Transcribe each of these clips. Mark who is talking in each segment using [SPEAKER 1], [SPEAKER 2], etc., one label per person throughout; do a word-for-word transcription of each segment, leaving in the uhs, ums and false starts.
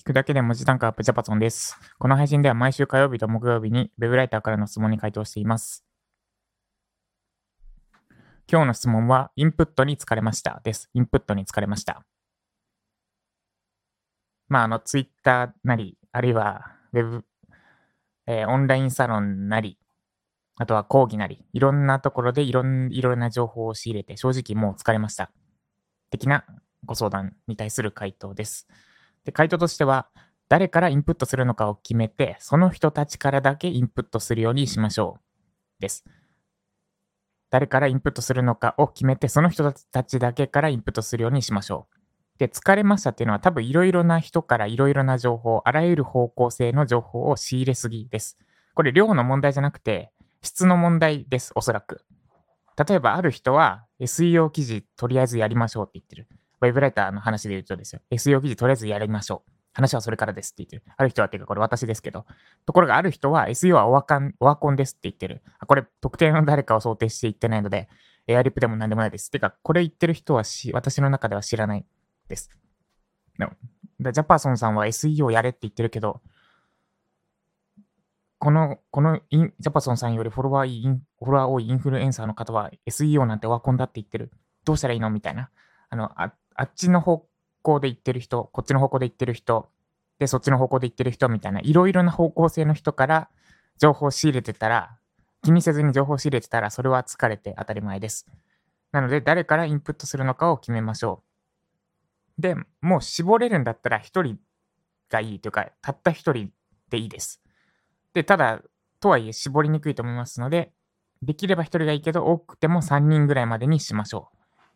[SPEAKER 1] くだけで文字単価アップジャパソンです。この配信では毎週火曜日と木曜日にウェブライターからの質問に回答しています。今日の質問は、インプットに疲れましたです。インプットに疲れました。まあ、あの、ツイッターなり、あるいはウェブ、えーオンラインサロンなり、あとは講義なり、いろんなところでいろんいろんな情報を仕入れて、正直もう疲れました。的なご相談に対する回答です。で、回答としては、誰からインプットするのかを決めて、その人たちからだけインプットするようにしましょう。です。誰からインプットするのかを決めて、その人たちだけからインプットするようにしましょう。で、疲れましたっていうのは多分いろいろな人からいろいろな情報、あらゆる方向性の情報を仕入れすぎです。これ量の問題じゃなくて、質の問題です、おそらく。例えばある人は エスイーオー 記事とりあえずやりましょうって言ってる。ウェブライターの話で言うとですよ。エスイーオー 記事とりあえずやりましょう。話はそれからですって言ってる。ある人はっていうかこれ私ですけど。ところがある人は エスイーオー はオワコン、オワコンですって言ってる。これ特定の誰かを想定して言ってないので、エアリップでも何でもないです。てか、これ言ってる人はし私の中では知らないです。ジャパソンさんは エスイーオー やれって言ってるけど、この、このインジャパソンさんよりフォロワーいい、フォロワー多いインフルエンサーの方は エスイーオー なんてオワコンだって言ってる。どうしたらいいのみたいな。あの、あ、あっちの方向で言ってる人、こっちの方向で言ってる人、で、そっちの方向で言ってる人みたいな、いろいろな方向性の人から情報を仕入れてたら、気にせずに情報を仕入れてたら、それは疲れて当たり前です。なので、誰からインプットするのかを決めましょう。で、もう絞れるんだったら一人がいいというか、たった一人でいいです。で、ただ、とはいえ絞りにくいと思いますので、できればひとりがいいけど、多くてもさんにんぐらいまでにしましょう。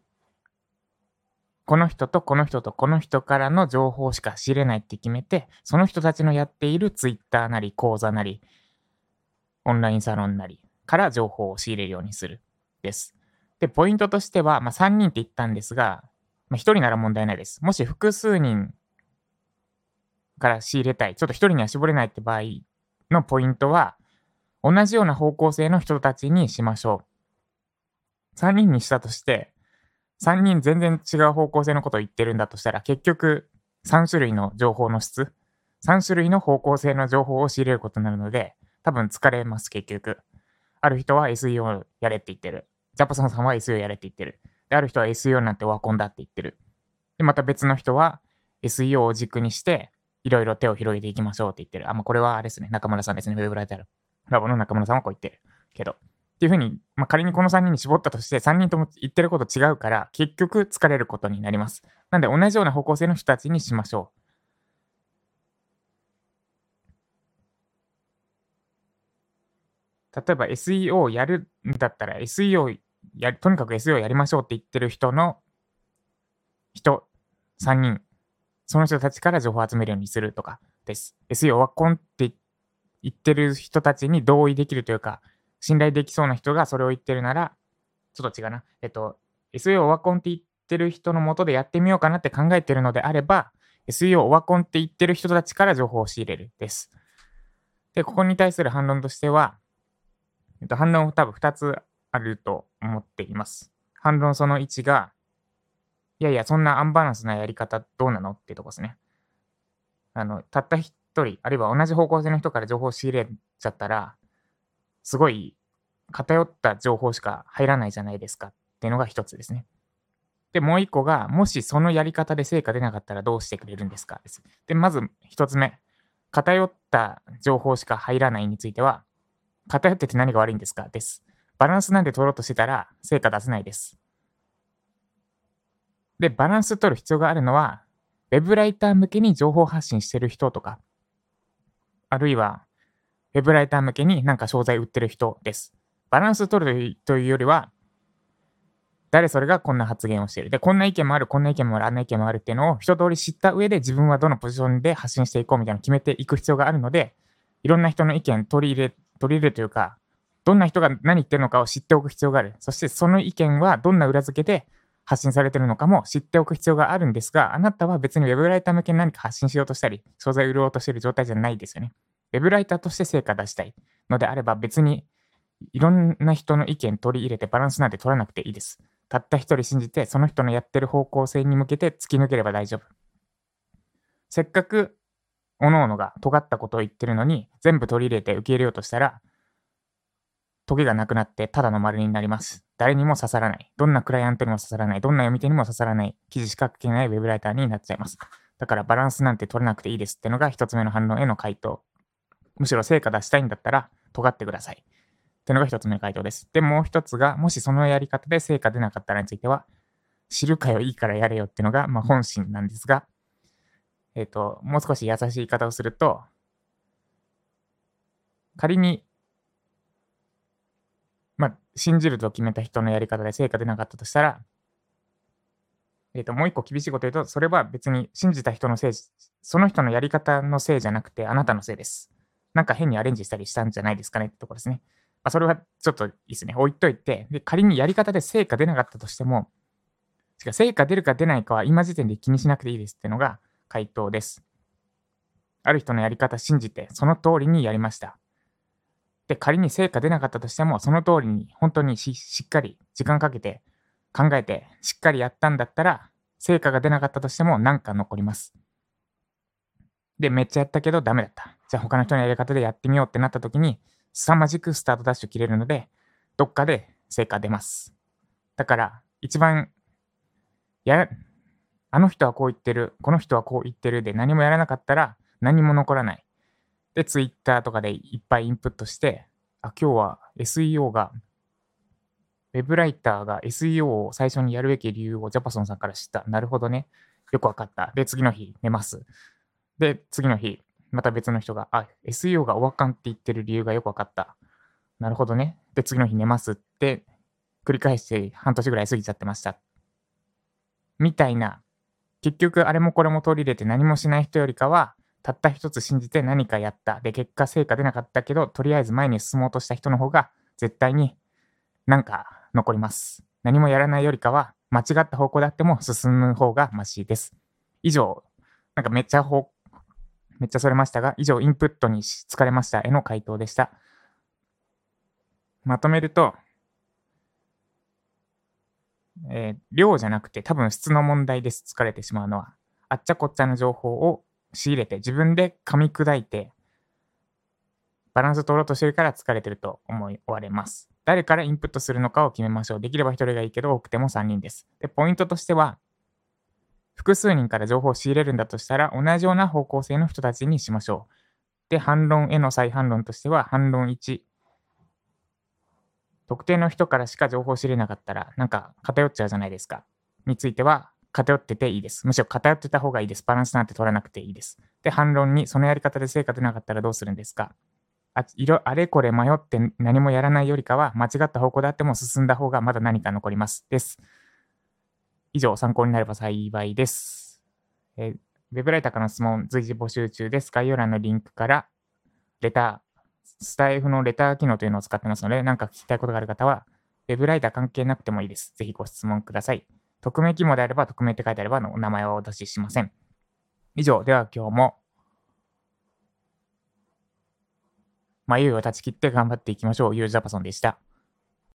[SPEAKER 1] この人とこの人とこの人からの情報しか仕入れないって決めて、その人たちのやっているツイッターなり講座なり、オンラインサロンなりから情報を仕入れるようにする。です。で、ポイントとしては、まあ、さんにんって言ったんですが、まあ、ひとりなら問題ないです。もし複数人から仕入れたい、ちょっとひとりには絞れないって場合のポイントは、同じような方向性の人たちにしましょう。さんにんにしたとして、さんにん全然違う方向性のことを言ってるんだとしたら、結局さん種類の情報の質、さん種類の方向性の情報を仕入れることになるので、多分疲れます、結局。ある人は エスイーオー やれって言ってる。ジャパソンさんは エスイーオー やれって言ってる。で、ある人は エスイーオー なんてオワコンだって言ってる。で、また別の人は エスイーオー を軸にして、いろいろ手を広げていきましょうって言ってる。あ、まあ、これはあれですね。中村さんですね。ウェブライターラボの中村さんはこう言ってる。けど。っていうふうに、まあ、仮にこのさんにんに絞ったとして、さんにんとも言ってること違うから、結局疲れることになります。なんで同じような方向性の人たちにしましょう。例えば エスイーオー やるんだったら エスイーオー やる、とにかく エスイーオー やりましょうって言ってる人の人さんにん、その人たちから情報を集めるようにするとかです。エスイーオー はコンって言ってる人たちに同意できるというか、信頼できそうな人がそれを言ってるなら、ちょっと違うな。えっと、エスイーオー オワコンって言ってる人のもとでやってみようかなって考えてるのであれば、エスイーオー オワコンって言ってる人たちから情報を仕入れるです。で、ここに対する反論としては、えっと、反論多分ふたつあると思っています。反論そのいちが、いやいや、そんなアンバランスなやり方どうなのってとこですね。あの、たった一人、あるいは同じ方向性の人から情報を仕入れちゃったら、すごい偏った情報しか入らないじゃないですかっていうのが一つですね。で、もう一個が、もしそのやり方で成果出なかったらどうしてくれるんですかです。で、まず一つ目、偏った情報しか入らないについては、偏ってて何が悪いんですかです。バランスなんで取ろうとしてたら成果出せないです。で、バランス取る必要があるのは、ウェブライター向けに情報発信してる人とか、あるいはウェブライター向けになんか商材売ってる人です。バランス取るというよりは、誰それがこんな発言をしている。で、こんな意見もある、こんな意見もある、あんな意見もあるっていうのを一通り知った上で自分はどのポジションで発信していこうみたいなのを決めていく必要があるので、いろんな人の意見取り入れ、取り入れるというか、どんな人が何言ってるのかを知っておく必要がある。そしてその意見はどんな裏付けで発信されているのかも知っておく必要があるんですが、あなたは別にウェブライター向けに何か発信しようとしたり、商材売ろうとしている状態じゃないですよね。ウェブライターとして成果出したいのであれば別にいろんな人の意見取り入れてバランスなんて取らなくていいです。たった一人信じて、その人のやってる方向性に向けて突き抜ければ大丈夫。せっかく各々が尖ったことを言ってるのに、全部取り入れて受け入れようとしたら、トゲがなくなってただの丸になります。誰にも刺さらない。どんなクライアントにも刺さらない。どんな読み手にも刺さらない記事しか書けないウェブライターになっちゃいます。だからバランスなんて取れなくていいですってのが一つ目の反論への回答。むしろ成果出したいんだったら尖ってください。ってのが一つ目の回答です。で、もう一つが、もしそのやり方で成果出なかったらについては、知るかよいいからやれよってのが、まあ、本心なんですが、えっと、もう少し優しい言い方をすると、仮に、まあ、信じると決めた人のやり方で成果出なかったとしたら、えっと、もう一個厳しいこと言うと、それは別に信じた人のせい、その人のやり方のせいじゃなくて、あなたのせいです。なんか変にアレンジしたりしたんじゃないですかねってところですね。まあ、それはちょっといいですね。置いといて、で、仮にやり方で成果出なかったとしても、しか成果出るか出ないかは今時点で気にしなくていいですってのが回答です。ある人のやり方信じて、その通りにやりました。で、仮に成果出なかったとしても、その通りに本当に し, しっかり時間かけて考えてしっかりやったんだったら、成果が出なかったとしても何か残ります。で、めっちゃやったけどダメだった。じゃあ他の人のやり方でやってみようってなった時に、凄まじくスタートダッシュ切れるので、どっかで成果出ます。だから、一番や、あの人はこう言ってる、この人はこう言ってるで何もやらなかったら何も残らない。で、ツイッターとかでいっぱいインプットして、あ、今日は エスイーオー が、ウェブライターが エスイーオー を最初にやるべき理由をジャパソンさんから知った。なるほどね。よくわかった。で、次の日寝ます。で、次の日、また別の人が、あ、エスイーオー がおわかんって言ってる理由がよくわかった。なるほどね。で、次の日寝ますって、繰り返して半年ぐらい過ぎちゃってました。みたいな、結局あれもこれも取り入れて何もしない人よりかは、たった一つ信じて何かやった。で、結果成果出なかったけど、とりあえず前に進もうとした人の方が、絶対になんか残ります。何もやらないよりかは、間違った方向であっても進む方がマシです。以上、なんかめっちゃほ、めっちゃそれましたが、以上、インプットに疲れましたへの回答でした。まとめると、えー量じゃなくて多分質の問題です。疲れてしまうのは。あっちゃこっちゃの情報を仕入れて自分で噛み砕いてバランス取ろうとしてるから疲れてると思われます。誰からインプットするのかを決めましょう。できればひとりがいいけど多くてもさんにんです。で、ポイントとしては複数人から情報を仕入れるんだとしたら同じような方向性の人たちにしましょう。で、反論への再反論としては反論いち。特定の人からしか情報を知れなかったら、なんか偏っちゃうじゃないですか。については、偏ってていいです。むしろ偏ってた方がいいです。バランスなんて取らなくていいです。で、反論に、そのやり方で成果出なかったらどうするんですか。あいろあれこれ迷って何もやらないよりかは、間違った方向であっても進んだ方がまだ何か残ります。です。以上、参考になれば幸いです。えー、ウェブライターからの質問、随時募集中です。概要欄のリンクから、レター、スタイフのレター機能というのを使ってますので、何か聞きたいことがある方は、ウェブライター関係なくてもいいです。ぜひご質問ください。匿名希望であれば、匿名って書いてあれば、お名前はお出ししません。以上、では今日も、迷いを断ち切って頑張っていきましょう。ゆうジャパソンでした。